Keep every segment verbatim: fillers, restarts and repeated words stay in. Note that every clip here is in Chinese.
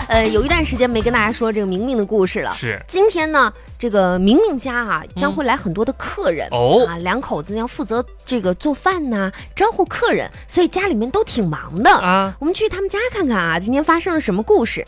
呃，有一段时间没跟大家说这个明明的故事了。 是， 今天呢，这个明明家啊将会来很多的客人、 嗯、哦啊，两口子要负责这个做饭呐、啊，招呼客人，所以家里面都挺忙的啊。 我们去他们家看看啊，今天发生了什么故事？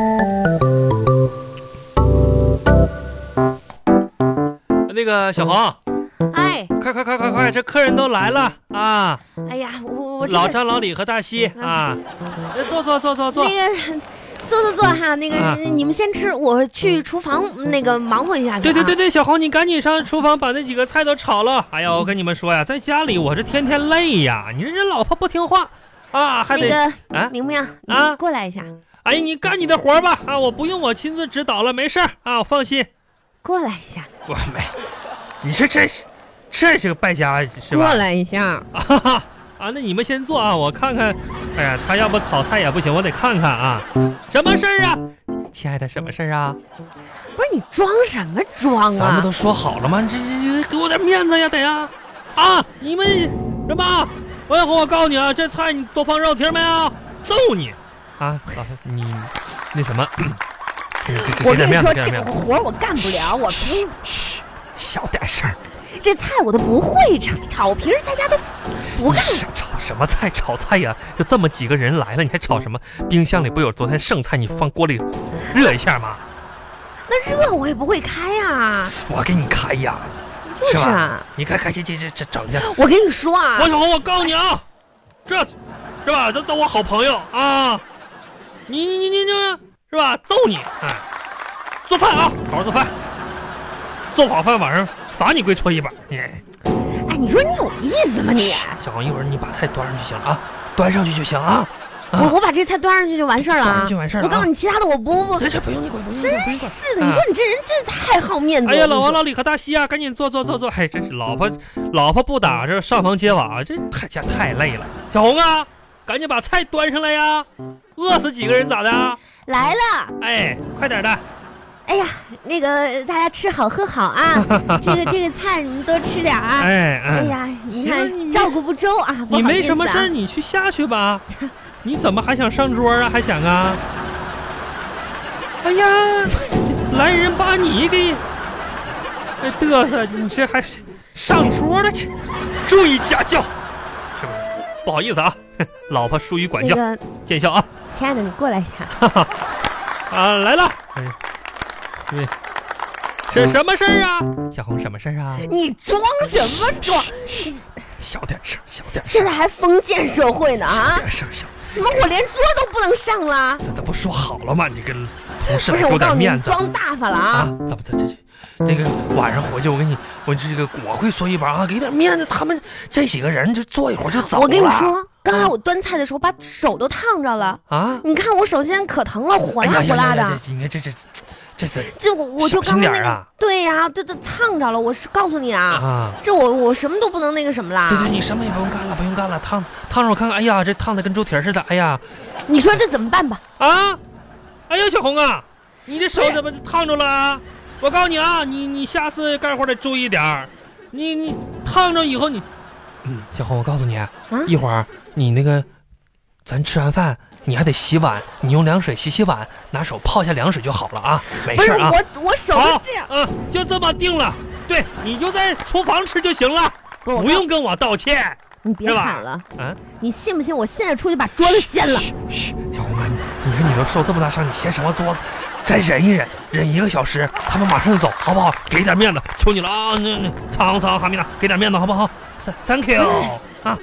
那个小红。 哎， 快快快快快！这客人都来了啊！ 哎呀，我我老张、老李和大西啊，坐坐坐坐坐。 那个，坐坐坐哈。那个，啊、你们先吃，我去厨房那个忙活一下、啊。 对对对对，小红，你赶紧上厨房把那几个菜都炒了。哎呀，我跟你们说呀，在家里我这天天累呀，你这人老婆不听话啊，还得那个啊， 明明啊，过来一下。 哎呀，你干你的活吧啊，我不用我亲自指导了，没事啊，我放心。 过来一下。 我没。你这这是这是个败家是吧？ 过来一下啊啊！那你们先坐啊，我看看。哎呀，他要不炒菜也不行，我得看看啊。什么事儿啊，亲爱的？什么事儿啊？ 不是你装什么装啊？ 咱们都说好了吗？这这给我点面子呀，得呀！啊，你们什么？王小红，我告诉你啊，这菜你多放肉，听没有？揍你！啊，你那什么？ 我跟你说，这个活我干不了，我嘘嘘。小点声， 这菜我都不会炒，炒平时在家都不干。 炒什么菜？炒菜呀，就这么几个人来了，你还炒什么？冰箱里不有昨天剩菜，你放锅里热一下吗？ 那热我也不会开呀。 我给你开呀。 就是啊， 你开开这这这这整去。 我跟你说啊， 王小红，我告诉你啊，这是吧？这都我好朋友啊，你你你你你是吧？揍你！哎，做饭啊，好好做饭。做不好饭晚上罚你跪搓衣板。 哎，你说你有意思吗你？ 小红，一会儿你把菜端上去就行了啊，端上去就行啊。 啊我我把这菜端上去就完事儿了啊， 就完事儿了。 我告诉你，其他的我不不， 这这不用你管，不用真是的，你说你这人真太好面子了。 哎呀，老王、老李和大西啊，赶紧坐坐坐坐。哎，真是老婆老婆不打这上房揭瓦，这太家太累了。小红啊，赶紧把菜端上来呀，饿死几个人咋的？ 来了。 哎，快点的。 哎呀，那个大家吃好喝好啊！这个这个菜你们多吃点啊！ 哎哎呀，你看照顾不周啊！ 你没什么事，你去下去吧。你怎么还想上桌啊？还想啊？哎呀，来人把你给哎嘚瑟！你这还是上桌了去？注意家教，是不是？不好意思啊，老婆疏于管教，那个、见笑啊！ 亲爱的，你过来一下。 啊，来了。哎对，是什么事儿啊？小红，什么事儿啊？ 你装什么装？ 小点声，小点声。 现在还封建社会呢啊！ 小点声，小。 怎么我连桌都不能上了？ 这都不说好了吗？你跟同事不是我告诉你， 点面子。 装大发了啊！ 啊怎么这这这？那个晚上回去，我给你，我这个我会搓衣板啊，给点面子。他们这几个人就坐一会儿就走了。 我跟你说，刚才我端菜的时候把手都烫着了啊！你看我手现在可疼了，火辣火辣的。 你看这这。这是这我我就刚才那个、啊、对呀、啊，这这烫着了。我是告诉你啊，啊这我我什么都不能那个什么啦。 对对，你什么也不用干了，不用干了，烫烫着我看看。哎呀，这烫的跟猪蹄似的。哎呀， 你说这怎么办吧？ 啊，哎呀，小红啊，你这手怎么烫着了啊？我告诉你啊，你你下次干活得注意点儿。你你烫着以后你，嗯，小红，我告诉你，啊、一会儿你那个，咱吃完饭。你还得洗碗，你用凉水洗洗碗，拿手泡一下凉水就好了啊，没事啊。 不是我我手是这样， 嗯，就这么定了。对，你就在厨房吃就行了，不, 不用跟我道歉。 你别喊了， 啊！ 你信不信我现在出去把桌子掀了？ 嘘嘘，小红啊，你看你都受这么大伤，你掀什么桌子？再忍一忍，忍一个小时，他们马上走，好不好？给点面子，求你了啊！那那苍苍哈密达，给点面子好不好 ？Thank you 啊！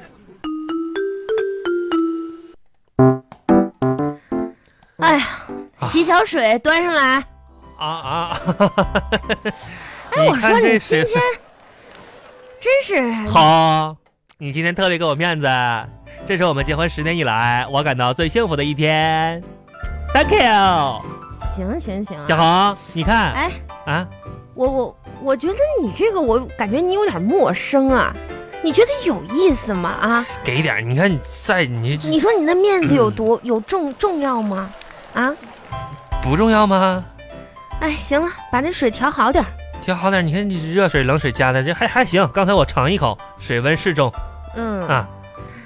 哎呀，洗脚水端上来！ 啊啊！ 哎，我说你今天真是好，你今天特别给我面子，这是我们结婚十年以来我感到最幸福的一天。Thank you。 行行行、啊， 小红，你看， 哎啊， 我我我觉得你这个，我感觉你有点陌生啊。你觉得有意思吗？啊， 给点，你看你在你， 你说你的面子有多、嗯、有重重要吗？啊， 不重要吗？ 哎，行了，把那水调好点， 调好点。你看你热水冷水加的，这还还行。刚才我尝一口，水温适中。 嗯啊，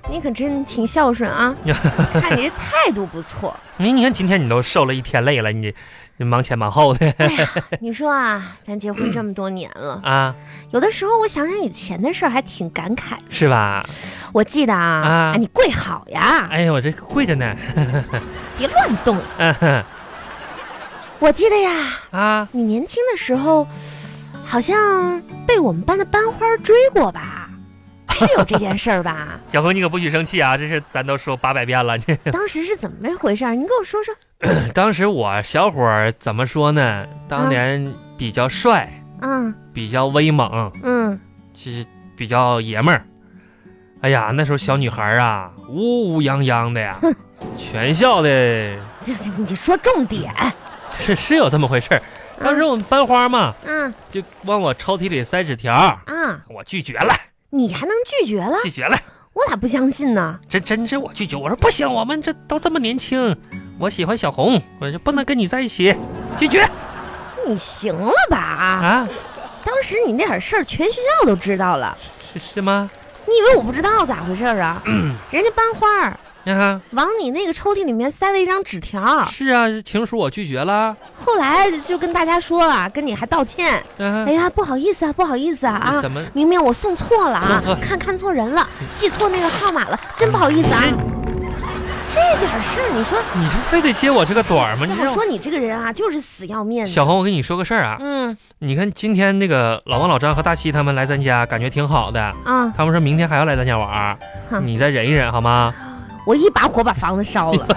你可真挺孝顺啊！看你这态度不错。 你你看今天你都受了一天累了，你你忙前忙后的。 哎呀，你说啊，咱结婚这么多年了啊， 有的时候我想想以前的事儿，还挺感慨， 是吧？ 我记得啊， 啊哎你跪好呀！ 哎呀，我这跪着呢。 别乱动。 嗯我记得呀， 啊， 你年轻的时候好像被我们班的班花追过吧？是有这件事儿吧？ 小红，你可不许生气啊！这是咱都说八百遍了。这当时是怎么回事？你跟我说说。 当时我小伙儿怎么说呢？当年比较帅， 嗯比较威猛， 嗯， 其实比较爷们儿。哎呀，那时候小女孩啊，乌乌泱泱的呀，全校的这这你说重点。 是是有这么回事儿。当时我们班花嘛， 嗯就往我抽屉里塞纸条， 啊， 我拒绝了， 你还能拒绝了？ 拒绝了。 我咋不相信呢？ 真真是我拒绝，我说不行，我们这都这么年轻，我喜欢小红，我就不能跟你在一起，拒绝你行了吧？ 啊！ 当时你那点事儿，全学校都知道了。 是是吗？ 你以为我不知道咋回事啊？ 嗯， 人家班花儿啊， 往你那个抽屉里面塞了一张纸条， 是啊，情书我拒绝了。 后来就跟大家说了，跟你还道歉。 啊哎，呀，不好意思啊，不好意思啊啊！ 怎么？ 明明我送错了啊， 送错看看错人了，记错那个号码了，真不好意思啊。这点事儿，你说你就非得接我这个短儿吗？你我说你这个人啊，就是死要面子。 小红，我跟你说个事儿啊， 嗯你看今天那个老王、老张和大西他们来咱家，感觉挺好的。 啊， 他们说明天还要来咱家玩儿， 哼你再忍一忍好吗？ 我一把火把房子烧了。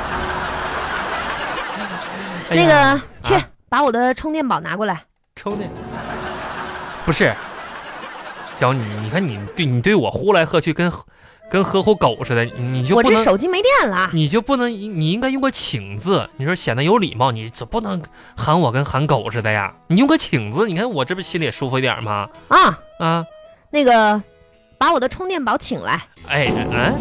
哎那呀个去啊把我的充电宝拿过来。 抽的不是，小红，你你看你对你对我呼来喝去，跟跟呵护狗似的，你就我不能这手机没电了。 你就不能你应该用个请字，你说显得有礼貌，你这不能喊我跟喊狗似的呀，你用个请字，你看我这不心里也舒服一点吗？ 啊， 啊， 那个把我的充电宝请来。 哎嗯，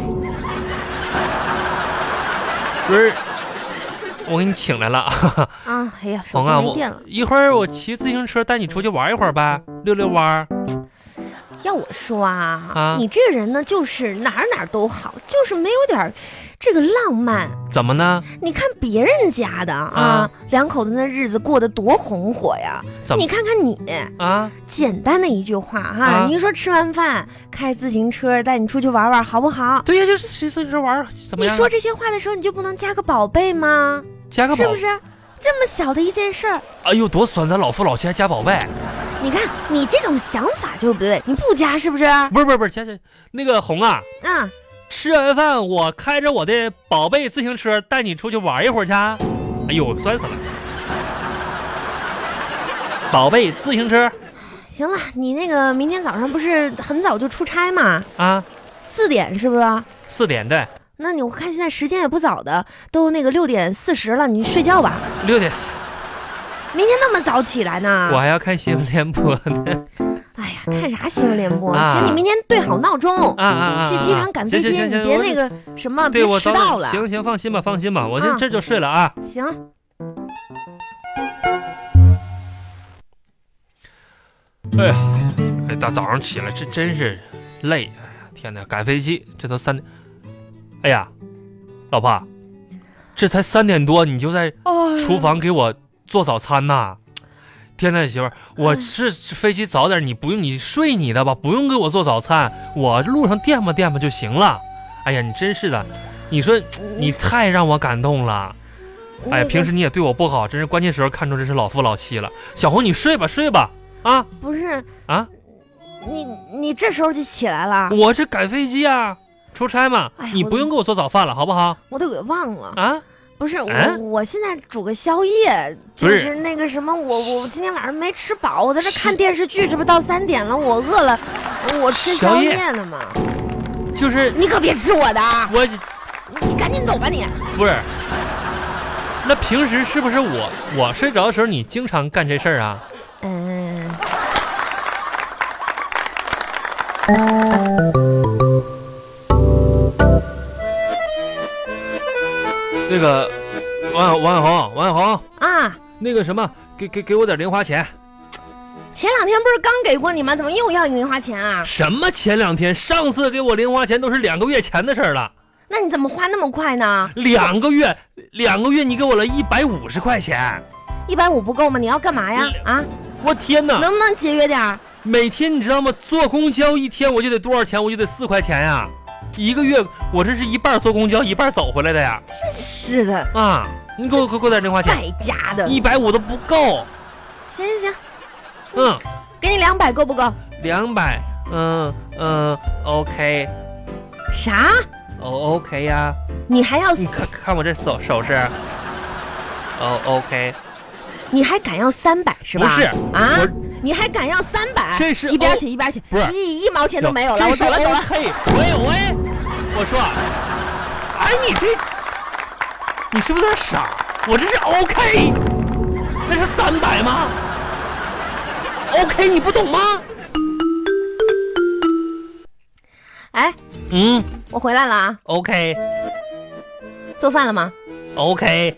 不是，我给你请来了。 啊，哎呀，手红啊，我机没电了。 一会儿我骑自行车带你出去玩一会儿呗，溜溜弯儿。 要我说啊， 啊你这个人呢，就是哪儿哪儿都好，就是没有点儿这个浪漫。 怎么呢？ 你看别人家的啊， 啊两口子那日子过得多红火呀！ 怎么你看看你， 啊？ 简单的一句话哈， 啊你说吃完饭开自行车带你出去玩玩，好不好？ 对呀，就是骑自行车玩儿怎么样啊？ 你说这些话的时候，你就不能加个宝贝吗？ 加个宝是不，是？这么小的一件事儿， 哎呦，多酸！咱老夫老妻还加宝贝。 你看你这种想法就是不对，你不加是不是？ 不是不是不是，加加那个红啊， 啊， 吃完饭我开着我的宝贝自行车带你出去玩一会儿去。哎呦，酸死了！宝贝自行车行了，你那个明天早上不是很早就出差吗？ 啊， 四点是不是？ 四点对， 那你我看现在时间也不早的，都那个六点四十了，你睡觉吧。 六点， 明天那么早起来呢？ 我还要看新闻联播呢。 哎呀，看啥新闻联播？ 啊行，你明天对好闹钟， 啊啊啊！ 去机场赶飞机，你行行行我别那个什么， 对我别迟到了。 行行，放心吧，放心吧，我这啊这就睡了啊。 行， 哎呀，哎，大早上起来这真是累。哎呀，天哪，赶飞机，这都三点。哎呀，老婆，这才三点多，你就在厨房给我做早餐呐？天呐，媳妇儿，我是飞机早点，你不用你睡你的吧，不用给我做早餐，我路上垫吧垫吧就行了。哎呀，你真是的，你说你太让我感动了。哎呀，平时你也对我不好，真是关键时候看出这是老夫老妻了。小红，你睡吧睡吧啊！ 不是啊， 你你这时候就起来了， 我这赶飞机啊，出差嘛， 哎呀我你不用给我做早饭了，好不好？ 我都给忘了。 啊， 不是我， 哎我现在煮个宵夜，就不是是那个什么，我我今天晚上没吃饱，我在这是看电视剧，这不到三点了，我饿了，我吃宵宵夜夜呢嘛。 就是你可别吃我的啊！ 我你赶紧走吧你。 不是。那平时是不是我我睡着的时候，你经常干这事儿啊？ 嗯。 那个王小王小红，王小红啊， 那个什么，给给给我点零花钱。 前两天不是刚给过你吗？怎么又要零花钱啊？ 什么前两天？上次给我零花钱都是两个月前的事儿了。 那你怎么花那么快呢？ 两个月，两个月你给我了一百五十块钱。 一百五不够吗？你要干嘛呀？啊！ 我天哪！ 能不能节约点儿？ 每天你知道吗？坐公交一天我就得多少钱？我就得四块钱呀。一个月我这是一半坐公交，一半走回来的呀。 真是的啊！你给我给我点零花钱。 败家的， 一百五都不够。 行行行， 嗯， 给你两百够不够？ 两百，嗯嗯 ，OK。 啥？ 哦 ，OK 呀。 你还要？ 你看看我这手手势。哦 ，OK。 你还敢要三百是吧？ 不是啊，你还敢要三百？ 这是一边去一边去， 不是一一毛钱都没有了，我走了走了。 嘿，喂喂，我说，哎，你这，你是不是有点傻？我这是 OK， 那是三百吗 ？OK， 你不懂吗？ 哎， 嗯， 我回来了啊。 OK。 做饭了吗 ？OK。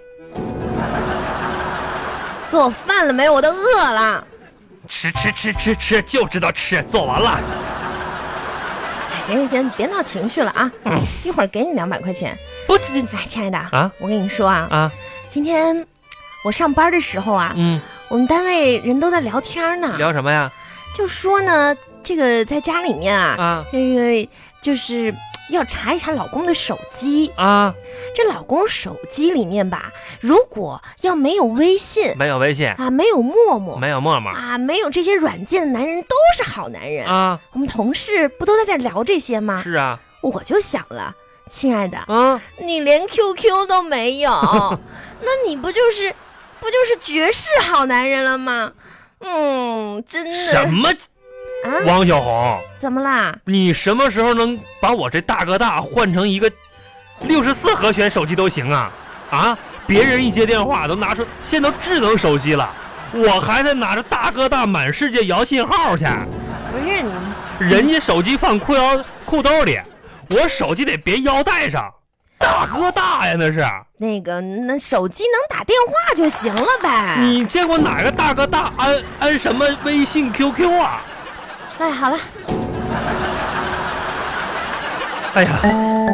做饭了没有？我都饿了。 吃吃吃吃吃，就知道吃。做完了。 哎，行行行，你别闹情绪了啊！嗯、一会儿给你两百块钱。 不， 哎，亲爱的啊， 我跟你说啊啊， 今天我上班的时候啊， 嗯， 我们单位人都在聊天呢。 聊什么呀？ 就说呢，这个在家里面啊， 啊， 这个就是要查一查老公的手机啊。 这老公手机里面吧，如果要没有微信， 没有微信啊，没有陌陌， 没有陌陌啊，没有这些软件的男人都是好男人啊。 我们同事不都在这聊这些吗？ 是啊。 我就想了，亲爱的， 啊， 你连 Q Q 都没有，那你不就是不就是绝世好男人了吗？嗯，真的。 什么？ 啊， 王小红， 怎么啦？ 你什么时候能把我这大哥大换成一个六十四和弦手机都行啊？啊，别人一接电话都拿出，现在都智能手机了，我还得拿着大哥大满世界摇信号去。 不是你， 人家手机放裤腰裤兜里，我手机得别腰带上。大哥大呀，那是那个那手机能打电话就行了呗。 你见过哪个大哥大安安什么微信 Q Q 啊？ 哎，好了。 哎呀，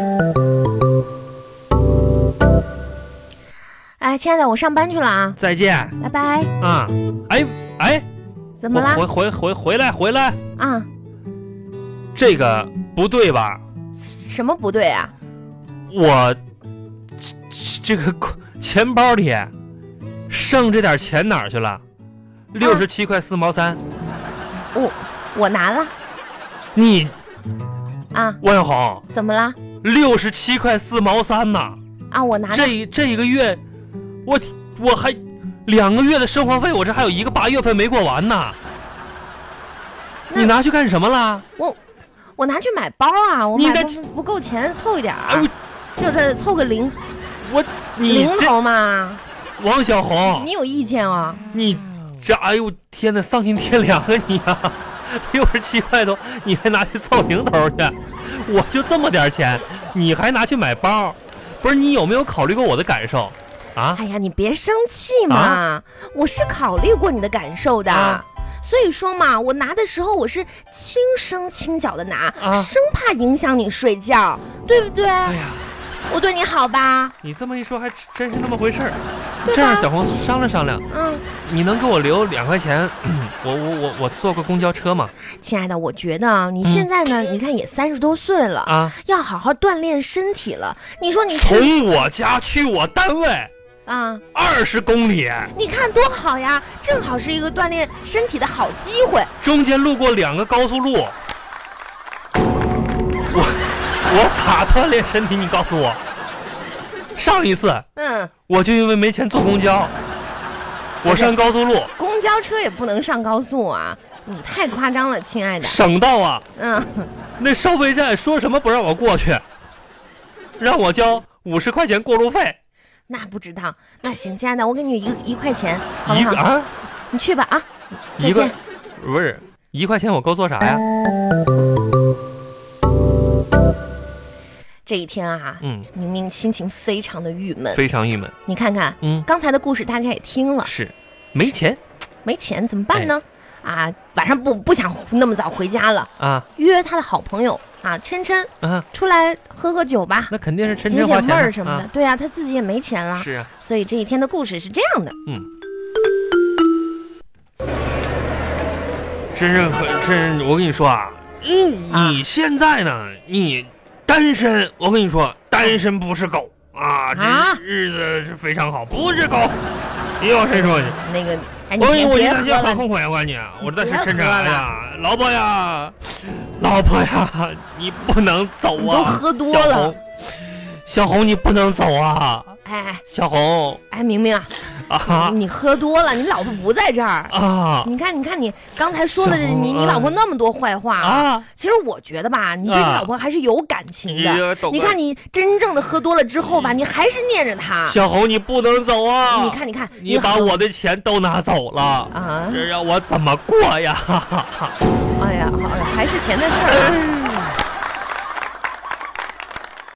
哎，亲爱的，我上班去了啊， 再见， 拜拜。 啊，哎哎， 怎么了？ 回回回回来回来啊， 这个不对吧？ 什么不对啊？ 我这个钱包里剩这点钱哪儿去了？六十七块四毛三。 我我拿了。 你啊， 王小红， 怎么了？ 六十七块四毛三呐！ 啊，我拿了。 这这一个月，我我还两个月的生活费，我这还有一个八月份没过完呢。你拿去干什么了？ 我我拿去买包啊，我买不不够钱，凑一点儿。哎就这凑个零， 我你零头嘛。 王小红， 你有意见啊？ 你这哎呦天哪，丧尽天良啊你啊！六十七块多，你还拿去凑零头去？我就这么点钱，你还拿去买包？不是你有没有考虑过我的感受啊？ 哎呀，你别生气嘛，啊、我是考虑过你的感受的。啊所以说嘛，我拿的时候我是轻声轻脚的拿，啊、生怕影响你睡觉，对不对？ 哎呀， 我对你好吧？ 你这么一说，还真是那么回事儿。这样，小红商量商量， 嗯， 你能给我留两块钱？嗯、我我我我坐个公交车吗？ 亲爱的，我觉得你现在呢，嗯、你看也三十多岁了啊，要好好锻炼身体了。你说你从我家去我单位。 啊， 二十公里， 你看多好呀！正好是一个锻炼身体的好机会。 中间路过两个高速路，我我咋锻炼身体？你告诉我。上一次， 嗯， 我就因为没钱坐公交，我上高速路。 公交车也不能上高速啊！你太夸张了，亲爱的。 省道啊， 嗯， 那收费站说什么不让我过去，让我交五十块钱过路费。 那不知道，那行，亲爱的，我给你一个一块钱，好不好？ 一个啊， 你去吧啊！ 一个不是一块钱，我够做啥呀？ 这一天啊， 嗯， 明明心情非常的郁闷， 非常郁闷。 你看看， 嗯， 刚才的故事大家也听了， 是没钱， 没钱怎么办呢？ 啊，晚上不不想那么早回家了啊， 约他的好朋友啊琛琛啊出来喝喝酒吧。 那肯定是琛解解闷琛花钱儿什么的。 啊对啊，他自己也没钱了。 是啊， 所以这一天的故事是这样的。 嗯。真是很真，我跟你说啊，嗯， 啊你现在呢，你单身，我跟你说，单身不是狗啊， 啊这日子是非常好，不是狗。你有谁说去？ 那个，哎，你我别我现在别喝了， 很后悔，我告诉你，我这是别深圳。 喝了哎呀，老婆呀，老婆呀，你不能走啊！ 你都喝多了。 小红，小红，你不能走啊！ 哎哎小红哎，明明啊， 啊你喝多了，你老婆不在这儿。 啊你看，你看，你刚才说了小红你你老婆那么多坏话啊！ 其实我觉得吧，你对你啊老婆还是有感情哎呀的。 懂了你看你真正的喝多了之后吧，你还是念着她。 小红，你不能走啊！ 你看，你看， 你把喝我的钱都拿走了啊！ 这让我怎么过呀？ 哎呀，好，还是钱的事儿啊。